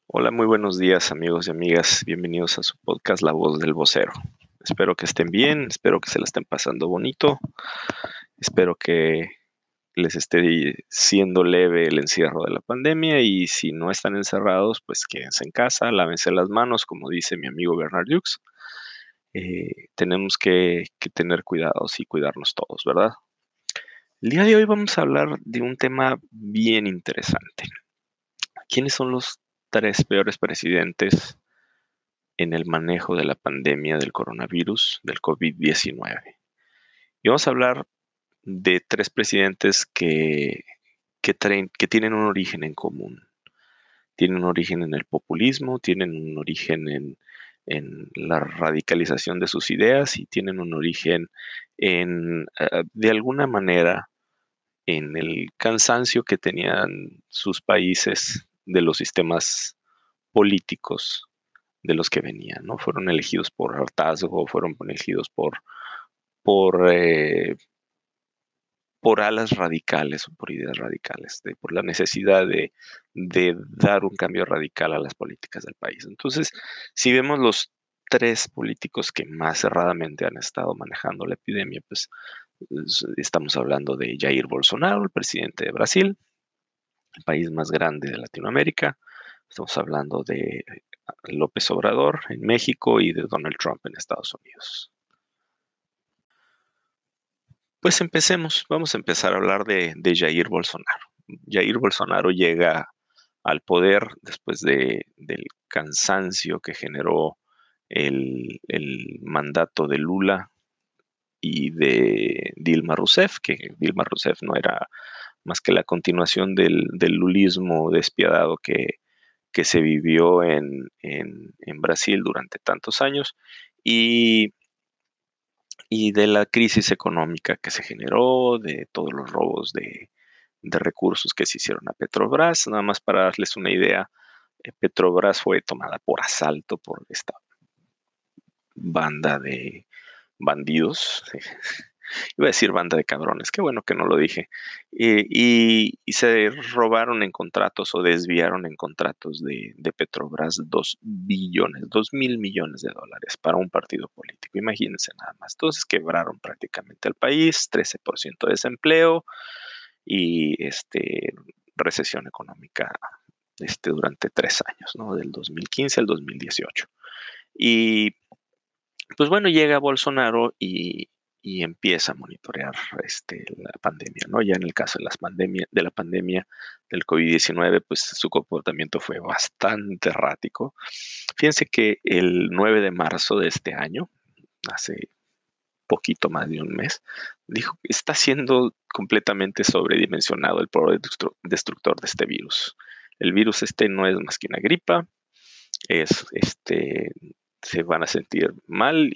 Hola, muy buenos días amigos y amigas. Bienvenidos a su podcast La Voz del Vocero. Espero que estén bien, espero que se la estén pasando bonito, espero que les esté siendo leve el encierro de la pandemia y si no están encerrados, pues quédense en casa, lávense las manos, como dice mi amigo Bernard Hughes. Tenemos que tener cuidados y cuidarnos todos, ¿verdad? El día de hoy vamos a hablar de un tema bien interesante. ¿Quiénes son los tres peores presidentes en el manejo de la pandemia del coronavirus, del COVID-19? Y vamos a hablar de tres presidentes que tienen un origen en común. Tienen un origen en el populismo, tienen un origen en la radicalización de sus ideas y tienen un origen de alguna manera, en el cansancio que tenían sus países de los sistemas políticos de los que venían, ¿no? Fueron elegidos por hartazgo, fueron elegidos por, eh, por alas radicales o por ideas radicales, por la necesidad de dar un cambio radical a las políticas del país. Entonces, si vemos los tres políticos que más cerradamente han estado manejando la epidemia, pues estamos hablando de Jair Bolsonaro, el presidente de Brasil, el país más grande de Latinoamérica. Estamos hablando de López Obrador en México y de Donald Trump en Estados Unidos. Pues empecemos, vamos a empezar a hablar de Jair Bolsonaro. Jair Bolsonaro llega al poder después del cansancio que generó el mandato de Lula y de Dilma Rousseff, que Dilma Rousseff no era más que la continuación del lulismo despiadado que se vivió en Brasil durante tantos años y, y de la crisis económica que se generó, de todos los robos de recursos que se hicieron a Petrobras. Nada más para darles una idea, Petrobras fue tomada por asalto por esta banda de bandidos. Iba a decir banda de cabrones, qué bueno que no lo dije. Y se robaron en contratos o desviaron en contratos de Petrobras 2 billones, 2.000 millones de dólares para un partido político. Imagínense nada más. Entonces quebraron prácticamente el país, 13% de desempleo y recesión económica durante 3 años, ¿no? Del 2015 al 2018. Y pues bueno, llega Bolsonaro y empieza a monitorear la pandemia, ¿no? Ya en el caso de la pandemia del COVID-19, pues su comportamiento fue bastante errático. Fíjense que el 9 de marzo de este año, hace poquito más de un mes, dijo que está siendo completamente sobredimensionado el poder destructor de este virus. El virus no es más que una gripa, es se van a sentir mal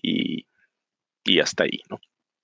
y hasta ahí, ¿no?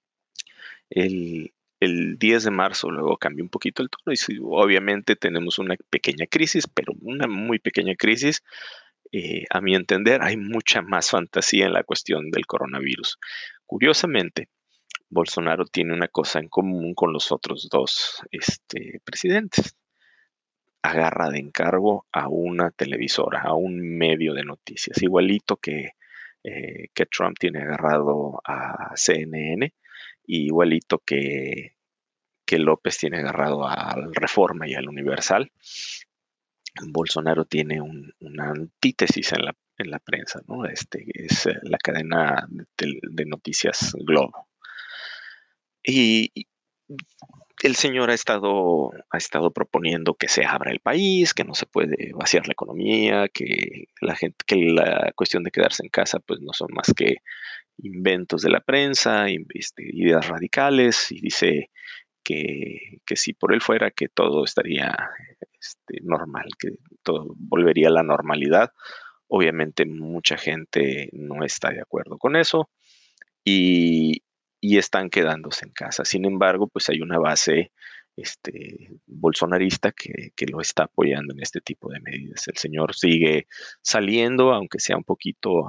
El, el 10 de marzo luego cambió un poquito el tono y sí, obviamente tenemos una pequeña crisis, pero una muy pequeña crisis. A mi entender, hay mucha más fantasía en la cuestión del coronavirus. Curiosamente, Bolsonaro tiene una cosa en común con los otros dos presidentes. Agarra de encargo a una televisora, a un medio de noticias, igualito que Trump tiene agarrado a CNN, igualito que López tiene agarrado al Reforma y al Universal. Bolsonaro tiene una antítesis en la prensa, ¿no? Es la cadena de noticias Globo. Y el señor ha estado proponiendo que se abra el país, que no se puede vaciar la economía, que la cuestión de quedarse en casa, pues no son más que inventos de la prensa, ideas radicales, y dice que si por él fuera, que todo estaría normal, que todo volvería a la normalidad. Obviamente mucha gente no está de acuerdo con eso y, y están quedándose en casa. Sin embargo, pues hay una base bolsonarista que lo está apoyando en este tipo de medidas. El señor sigue saliendo, aunque sea un poquito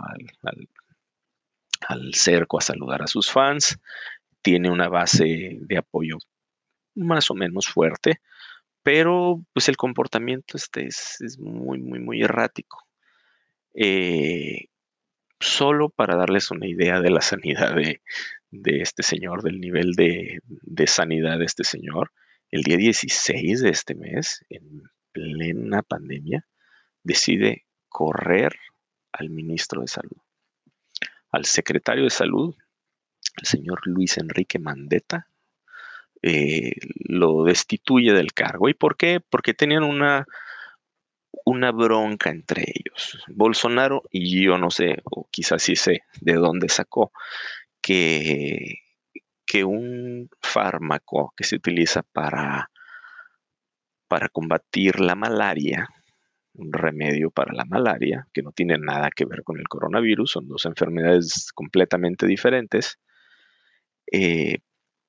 al cerco a saludar a sus fans. Tiene una base de apoyo más o menos fuerte, pero pues el comportamiento es muy, muy, muy errático. Eh, Solo para darles una idea de la sanidad de este señor, del nivel de sanidad de este señor, el día 16 de este mes, en plena pandemia, decide correr al ministro de Salud, al secretario de Salud, el señor Luis Enrique Mandetta, eh, lo destituye del cargo. ¿Y por qué? Porque tenían una bronca entre ellos. Bolsonaro, y yo no sé, o quizás sí sé de dónde sacó, que, que un fármaco que se utiliza para combatir la malaria, un remedio para la malaria, que no tiene nada que ver con el coronavirus, son dos enfermedades completamente diferentes, eh,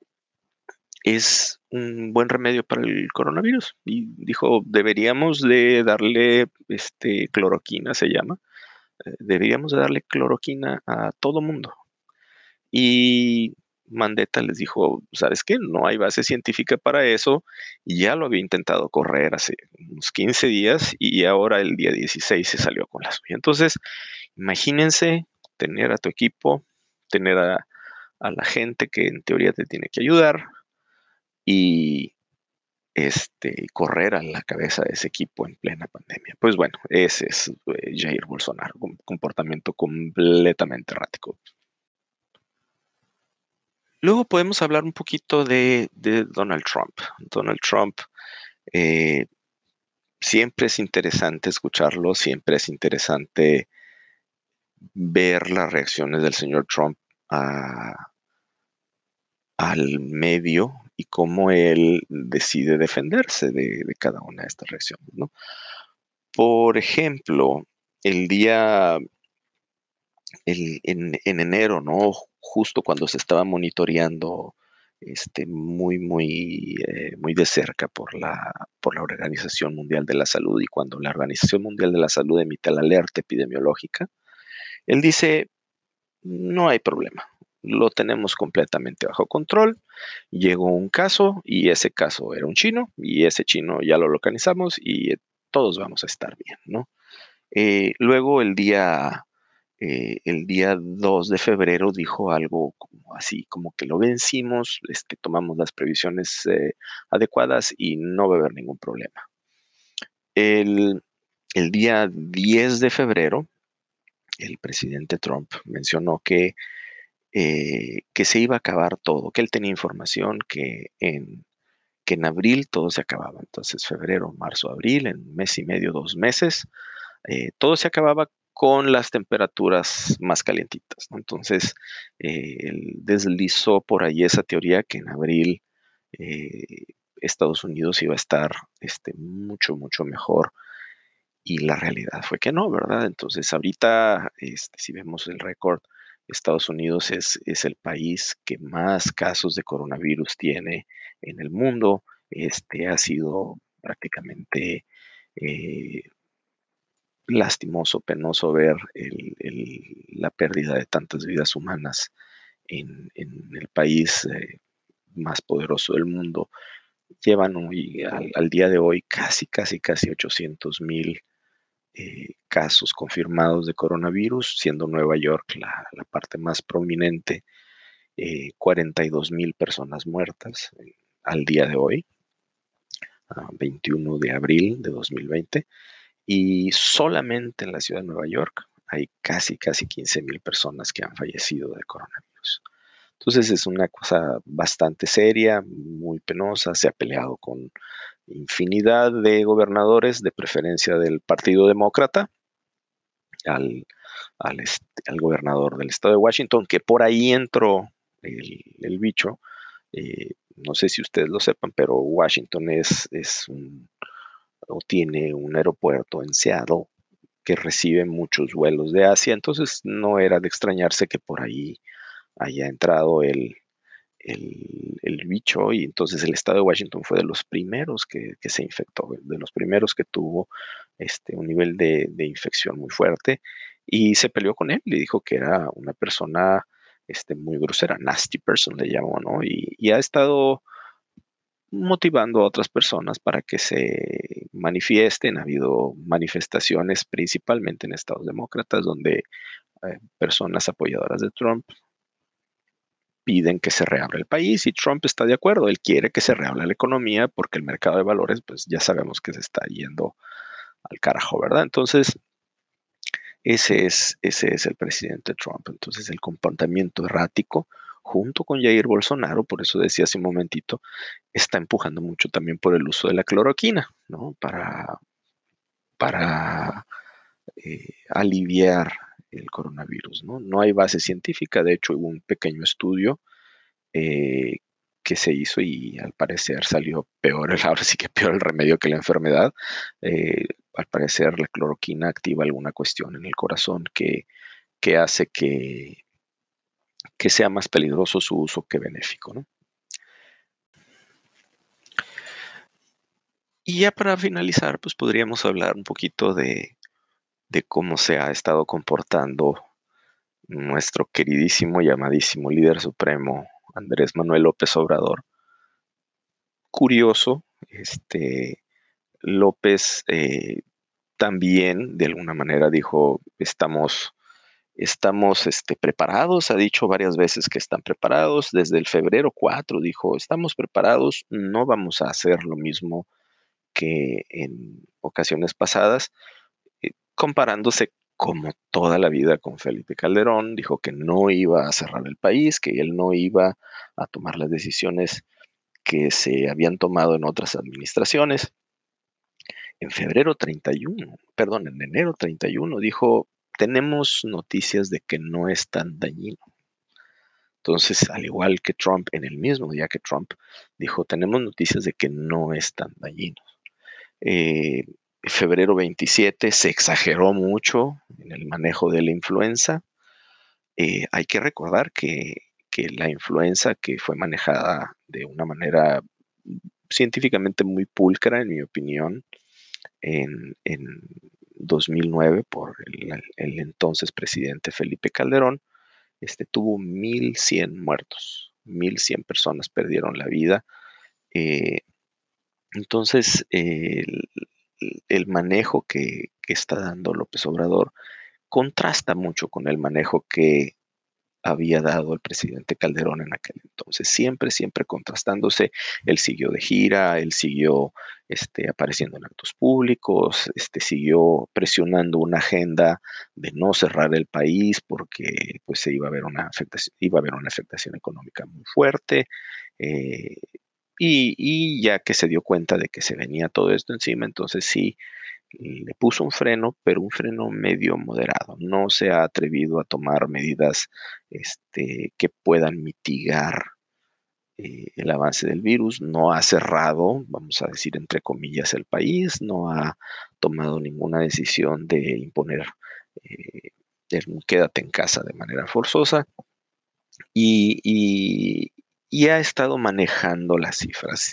es un buen remedio para el coronavirus. Y dijo, deberíamos de darle cloroquina, se llama, deberíamos de darle cloroquina a todo mundo. Y Mandetta les dijo, ¿sabes qué? No hay base científica para eso. Y ya lo había intentado correr hace unos 15 días y ahora el día 16 se salió con la suya. Entonces, imagínense tener a tu equipo, tener a la gente que en teoría te tiene que ayudar y correr a la cabeza de ese equipo en plena pandemia. Pues bueno, ese es Jair Bolsonaro, un comportamiento completamente errático. Luego podemos hablar un poquito de Donald Trump. Donald Trump, eh, siempre es interesante escucharlo, siempre es interesante ver las reacciones del señor Trump a- al medio y cómo él decide defenderse de cada una de estas reacciones, ¿no? Por ejemplo, el día en enero, ¿no? Justo cuando se estaba monitoreando muy de cerca por la Organización Mundial de la Salud y cuando la Organización Mundial de la Salud emite la alerta epidemiológica, él dice, no hay problema, lo tenemos completamente bajo control. Llegó un caso y ese caso era un chino y ese chino ya lo localizamos y todos vamos a estar bien, ¿no? Luego el día 2 de febrero dijo algo como así, como que lo vencimos, tomamos las previsiones adecuadas y no va a haber ningún problema. El, el día 10 de febrero, el presidente Trump mencionó que se iba a acabar todo, que él tenía información que en abril todo se acababa. Entonces, febrero, marzo, abril, en un mes y medio, 2 meses, todo se acababa con las temperaturas más calientitas, ¿no? Entonces, él deslizó por ahí esa teoría que en abril eh, Estados Unidos iba a estar mucho, mucho mejor y la realidad fue que no, ¿verdad? Entonces, ahorita, si vemos el récord, Estados Unidos es el país que más casos de coronavirus tiene en el mundo. Ha sido prácticamente eh, lastimoso, penoso ver la pérdida de tantas vidas humanas en el país más poderoso del mundo. Llevan hoy, al día de hoy, casi, casi, casi 800,000 casos confirmados de coronavirus, siendo Nueva York la parte más prominente, 42,000 personas muertas al día de hoy, 21 de abril de 2020. Y solamente en la ciudad de Nueva York hay casi, casi 15,000 personas que han fallecido de coronavirus. Entonces es una cosa bastante seria, muy penosa. Se ha peleado con infinidad de gobernadores, de preferencia del Partido Demócrata, al, al gobernador del estado de Washington, que por ahí entró el bicho. No sé si ustedes lo sepan, pero Washington o tiene un aeropuerto en Seattle que recibe muchos vuelos de Asia, entonces no era de extrañarse que por ahí haya entrado el bicho y entonces el estado de Washington fue de los primeros que se infectó, de los primeros que tuvo un nivel de infección muy fuerte y se peleó con él, le dijo que era una persona muy grosera, nasty person le llamó, ¿no? Y ha estado motivando a otras personas para que se manifiesten. Ha habido manifestaciones principalmente en estados demócratas donde personas apoyadoras de Trump piden que se reabra el país y Trump está de acuerdo. Él quiere que se reabra la economía porque el mercado de valores, pues ya sabemos que se está yendo al carajo, ¿verdad? Entonces, ese es el presidente Trump. Entonces, el comportamiento errático, junto con Jair Bolsonaro, por eso decía hace un momentito, está empujando mucho también por el uso de la cloroquina, ¿no? Para aliviar el coronavirus, ¿no? No hay base científica, de hecho hubo un pequeño estudio eh, que se hizo y al parecer salió peor, ahora sí que peor el remedio que la enfermedad. Al parecer la cloroquina activa alguna cuestión en el corazón que hace que sea más peligroso su uso que benéfico, ¿no? Y ya para finalizar, pues podríamos hablar un poquito de cómo se ha estado comportando nuestro queridísimo y amadísimo líder supremo, Andrés Manuel López Obrador. Curioso, López también de alguna manera dijo, estamos preparados, ha dicho varias veces que están preparados, desde el febrero 4 dijo, estamos preparados, no vamos a hacer lo mismo que en ocasiones pasadas, comparándose como toda la vida con Felipe Calderón, dijo que no iba a cerrar el país, que él no iba a tomar las decisiones que se habían tomado en otras administraciones. En febrero 31, perdón, en enero 31 dijo, tenemos noticias de que no es tan dañino. Entonces, al igual que Trump, en el mismo día que Trump, dijo, tenemos noticias de que no es tan dañino. Eh, Febrero 27 se exageró mucho en el manejo de la influenza. Hay que recordar que la influenza que fue manejada de una manera científicamente muy pulcra, en mi opinión, en 2009 por el entonces presidente Felipe Calderón, tuvo 1,100 muertos, 1,100 personas perdieron la vida. Eh, entonces, el manejo que está dando López Obrador contrasta mucho con el manejo que había dado el presidente Calderón en aquel entonces. Siempre, siempre contrastándose. Él siguió de gira, él siguió apareciendo en actos públicos, siguió presionando una agenda de no cerrar el país porque pues se iba a haber una afectación económica muy fuerte. eh, y ya que se dio cuenta de que se venía todo esto encima, entonces sí, le puso un freno, pero un freno medio moderado. No se ha atrevido a tomar medidas que puedan mitigar el avance del virus. No ha cerrado, vamos a decir, entre comillas, el país. No ha tomado ninguna decisión de imponer eh, el quédate en casa de manera forzosa. Y, y- y ha estado manejando las cifras.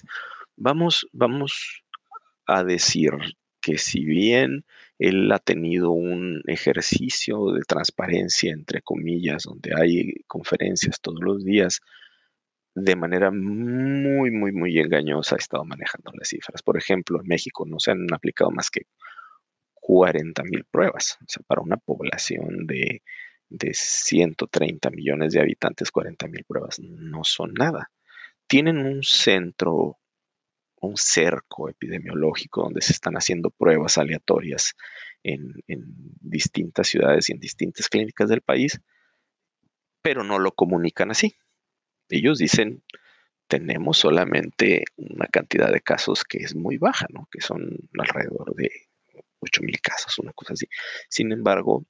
Vamos a decir que si bien él ha tenido un ejercicio de transparencia, entre comillas, donde hay conferencias todos los días, de manera muy, muy, muy engañosa ha estado manejando las cifras. Por ejemplo, en México no se han aplicado más que 40,000 pruebas. O sea, para una población de 130 millones de habitantes, 40,000 pruebas no son nada. Tienen un cerco epidemiológico donde se están haciendo pruebas aleatorias en distintas ciudades y en distintas clínicas del país, pero no lo comunican así. Ellos dicen, tenemos solamente una cantidad de casos que es muy baja, ¿no? Que son alrededor de 8,000 casos, una cosa así. Sin embargo,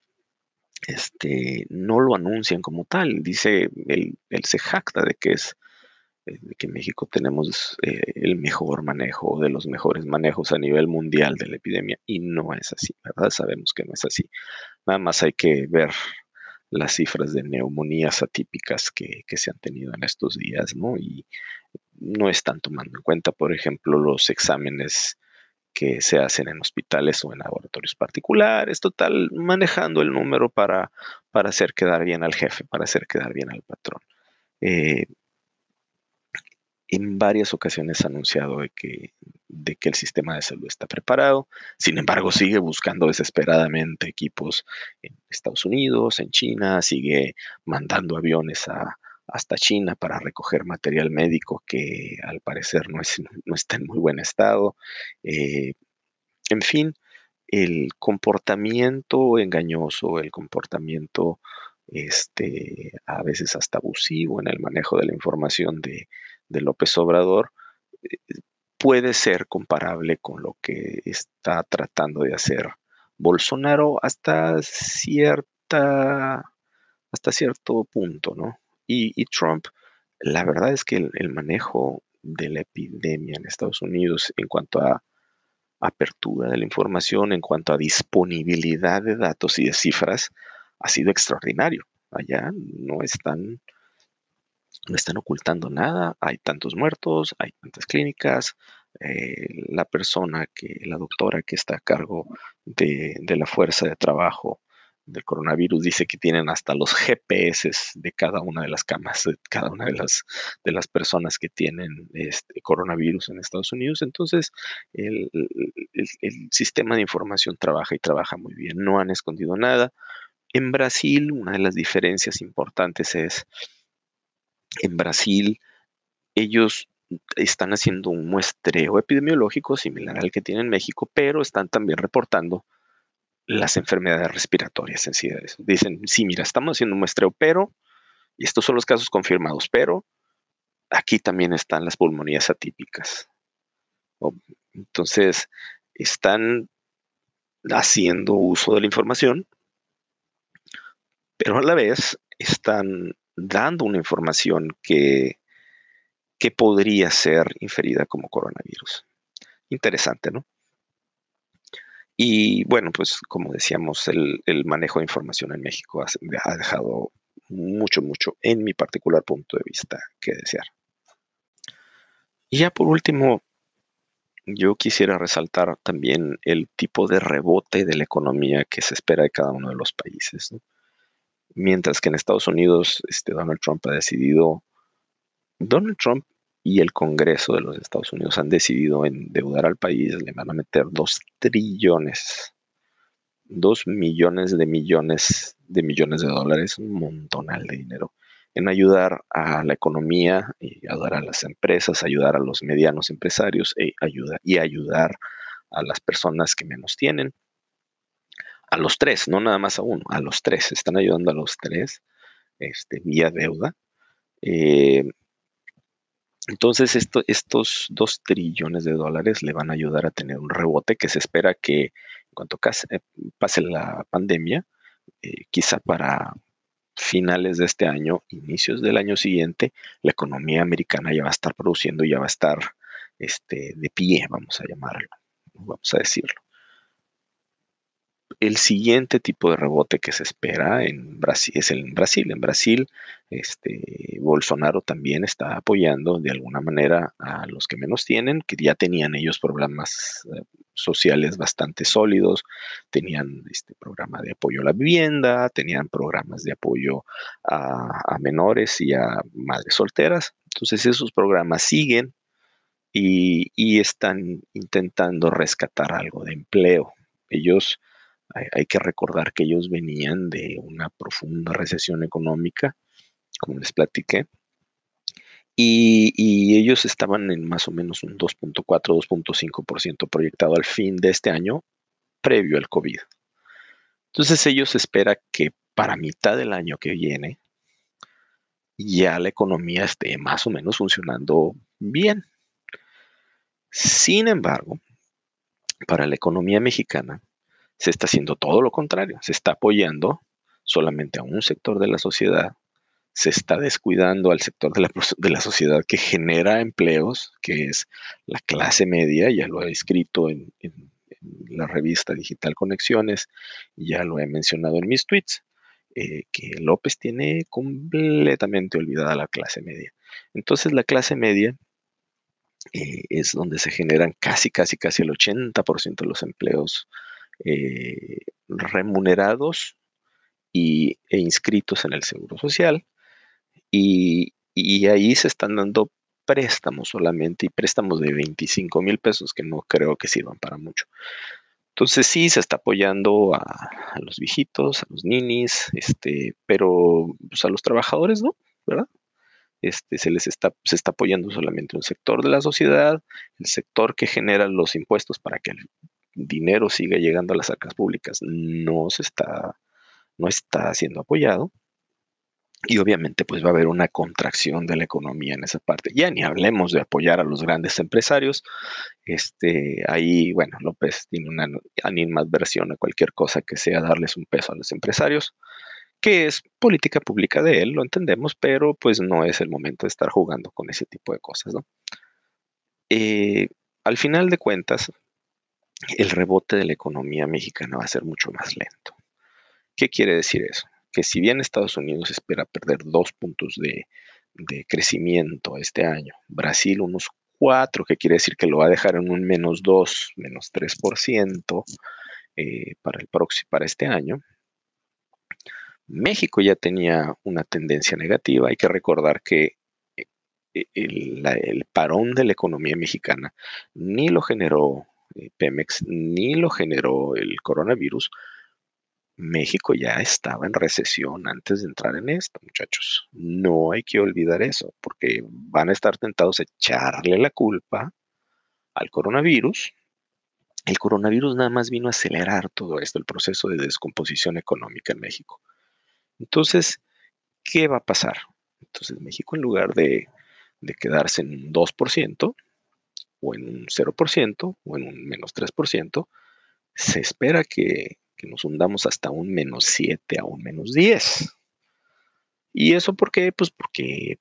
no lo anuncian como tal. Dice, él se jacta de que en México tenemos el mejor manejo, de los mejores manejos a nivel mundial de la epidemia, y no es así, ¿verdad? Sabemos que no es así. Nada más hay que ver las cifras de neumonías atípicas que se han tenido en estos días, ¿no? Y no están tomando en cuenta, por ejemplo, los exámenes que se hacen en hospitales o en laboratorios particulares, total, manejando el número para hacer quedar bien al jefe, para hacer quedar bien al patrón. Eh, en varias ocasiones ha anunciado de que el sistema de salud está preparado. Sin embargo, sigue buscando desesperadamente equipos en Estados Unidos, en China, sigue mandando aviones hasta China para recoger material médico que al parecer no está en muy buen estado. Eh, en fin, el comportamiento engañoso, el comportamiento a veces hasta abusivo en el manejo de la información de López Obrador, eh, puede ser comparable con lo que está tratando de hacer Bolsonaro hasta cierto punto, ¿no? Y Trump, la verdad es que el manejo de la epidemia en Estados Unidos en cuanto a apertura de la información, en cuanto a disponibilidad de datos y de cifras, ha sido extraordinario. Allá no están ocultando nada, hay tantos muertos, hay tantas clínicas, la doctora que está a cargo de la fuerza de trabajo del coronavirus dice que tienen hasta los GPS de cada una de las camas, de cada una de las personas que tienen coronavirus en Estados Unidos. Entonces, el sistema de información trabaja y trabaja muy bien. No han escondido nada. En Brasil, una de las diferencias importantes es, en Brasil, ellos están haciendo un muestreo epidemiológico similar al que tiene en México, pero están también reportando las enfermedades respiratorias en sí. Dicen, sí, mira, estamos haciendo un muestreo, pero, y estos son los casos confirmados, pero aquí también están las pulmonías atípicas. Entonces, están haciendo uso de la información, pero a la vez están dando una información que podría ser inferida como coronavirus. Interesante, ¿no? Y bueno, pues como decíamos, el manejo de información en México ha dejado mucho, mucho, en mi particular punto de vista, que desear. Y ya por último, yo quisiera resaltar también el tipo de rebote de la economía que se espera de cada uno de los países, ¿no? Mientras que en Estados Unidos, Donald Trump y el Congreso de los Estados Unidos han decidido endeudar al país, le van a meter 2 trillones, 2 millones de dólares, un montonal de dinero, en ayudar a la economía, y ayudar a las empresas, ayudar a los medianos empresarios ayudar a las personas que menos tienen. A los tres, no nada más a uno, a los tres. Están ayudando a los tres vía deuda. Eh, entonces, estos 2 trillones de dólares le van a ayudar a tener un rebote que se espera que en cuanto pase la pandemia, quizá para finales de este año, inicios del año siguiente, la economía americana ya va a estar produciendo, ya va a estar de pie, vamos a llamarlo, vamos a decirlo. El siguiente tipo de rebote que se espera en Brasil es en Brasil. En Brasil, Bolsonaro también está apoyando de alguna manera a los que menos tienen, que ya tenían ellos programas sociales bastante sólidos, tenían programa de apoyo a la vivienda, tenían programas de apoyo a menores y a madres solteras. Entonces esos programas siguen y están intentando rescatar algo de empleo. Hay que recordar que ellos venían de una profunda recesión económica, como les platiqué, y ellos estaban en más o menos un 2.4, 2.5% proyectado al fin de este año, previo al COVID. Entonces ellos esperan que para mitad del año que viene ya la economía esté más o menos funcionando bien. Sin embargo, para la economía mexicana se está haciendo todo lo contrario, se está apoyando solamente a un sector de la sociedad, se está descuidando al sector de la sociedad que genera empleos, que es la clase media. Ya lo he escrito en la revista digital Conexiones, ya lo he mencionado en mis tweets, que López tiene completamente olvidada a la clase media. Entonces la clase media es donde se generan casi, casi, casi el 80% de los empleos remunerados e inscritos en el Seguro Social. Y ahí se están dando préstamos solamente y préstamos de 25,000 pesos que no creo que sirvan para mucho. Entonces sí, se está apoyando a los viejitos, a los ninis, pero pues, a los trabajadores no, ¿verdad? Se está apoyando solamente un sector de la sociedad, el sector que genera los impuestos para que el dinero siga llegando a las arcas públicas no está siendo apoyado. Y obviamente pues va a haber una contracción de la economía en esa parte. Ya ni hablemos de apoyar a los grandes empresarios. Ahí, bueno, López tiene una animadversión a cualquier cosa que sea darles un peso a los empresarios, que es política pública de él, lo entendemos, pero pues no es el momento de estar jugando con ese tipo de cosas, ¿no? Eh, Al final de cuentas, el rebote de la economía mexicana va a ser mucho más lento. ¿Qué quiere decir eso? Que si bien Estados Unidos espera perder 2 puntos de crecimiento este año, Brasil unos 4, que quiere decir que lo va a dejar en un -2, -3% para este año. México ya tenía una tendencia negativa. Hay que recordar que el parón de la economía mexicana ni lo generó Pemex, ni lo generó el coronavirus. México ya estaba en recesión antes de entrar en esto, muchachos. No hay que olvidar eso, porque van a estar tentados a echarle la culpa al coronavirus. El coronavirus nada más vino a acelerar todo esto, el proceso de descomposición económica en México. Entonces, ¿qué va a pasar? Entonces, México, en lugar de quedarse en un 2%, o en un 0%, o en un -3%, se espera que nos hundamos hasta un -7 a un -10. ¿Y eso por qué? Pues porque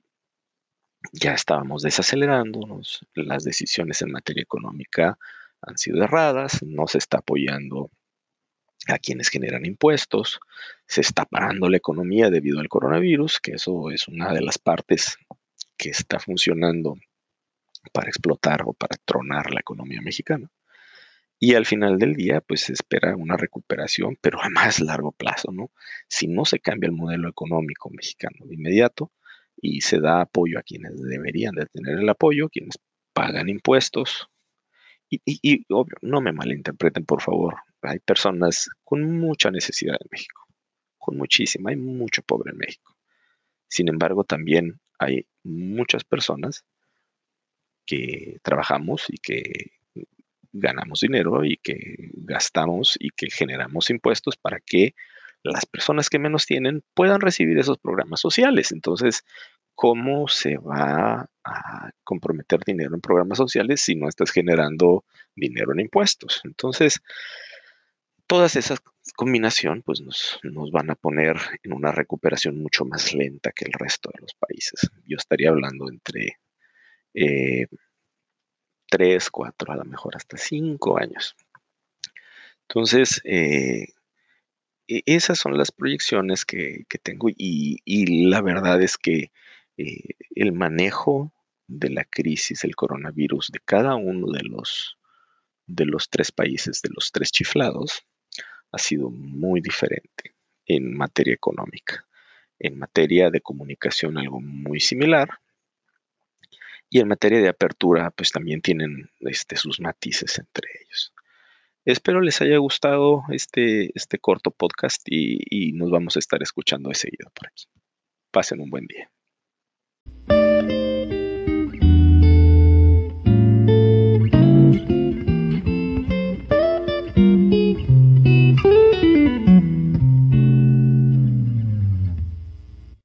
ya estábamos desacelerándonos, las decisiones en materia económica han sido erradas, no se está apoyando a quienes generan impuestos, se está parando la economía debido al coronavirus, que eso es una de las partes que está funcionando para explotar o para tronar la economía mexicana. Y al final del día, pues se espera una recuperación, pero a más largo plazo, ¿no? Si no se cambia el modelo económico mexicano de inmediato y se da apoyo a quienes deberían de tener el apoyo, quienes pagan impuestos, y obvio, no me malinterpreten, por favor, hay personas con mucha necesidad en México, con muchísima, hay mucho pobre en México. Sin embargo, también hay muchas personas que trabajamos y que ganamos dinero y que gastamos y que generamos impuestos para que las personas que menos tienen puedan recibir esos programas sociales. Entonces, ¿cómo se va a comprometer dinero en programas sociales si no estás generando dinero en impuestos? Entonces, todas esas combinación pues nos van a poner en una recuperación mucho más lenta que el resto de los países. Yo estaría hablando entre eh, 3, 4, a lo mejor hasta 5 años. Entonces, esas son las proyecciones que tengo y la verdad es que el manejo de la crisis del coronavirus de cada uno de los 3 países, de los 3 chiflados, ha sido muy diferente en materia económica. En materia de comunicación, algo muy similar. Y en materia de apertura, pues también tienen sus matices entre ellos. Espero les haya gustado este corto podcast y nos vamos a estar escuchando de seguido por aquí. Pasen un buen día.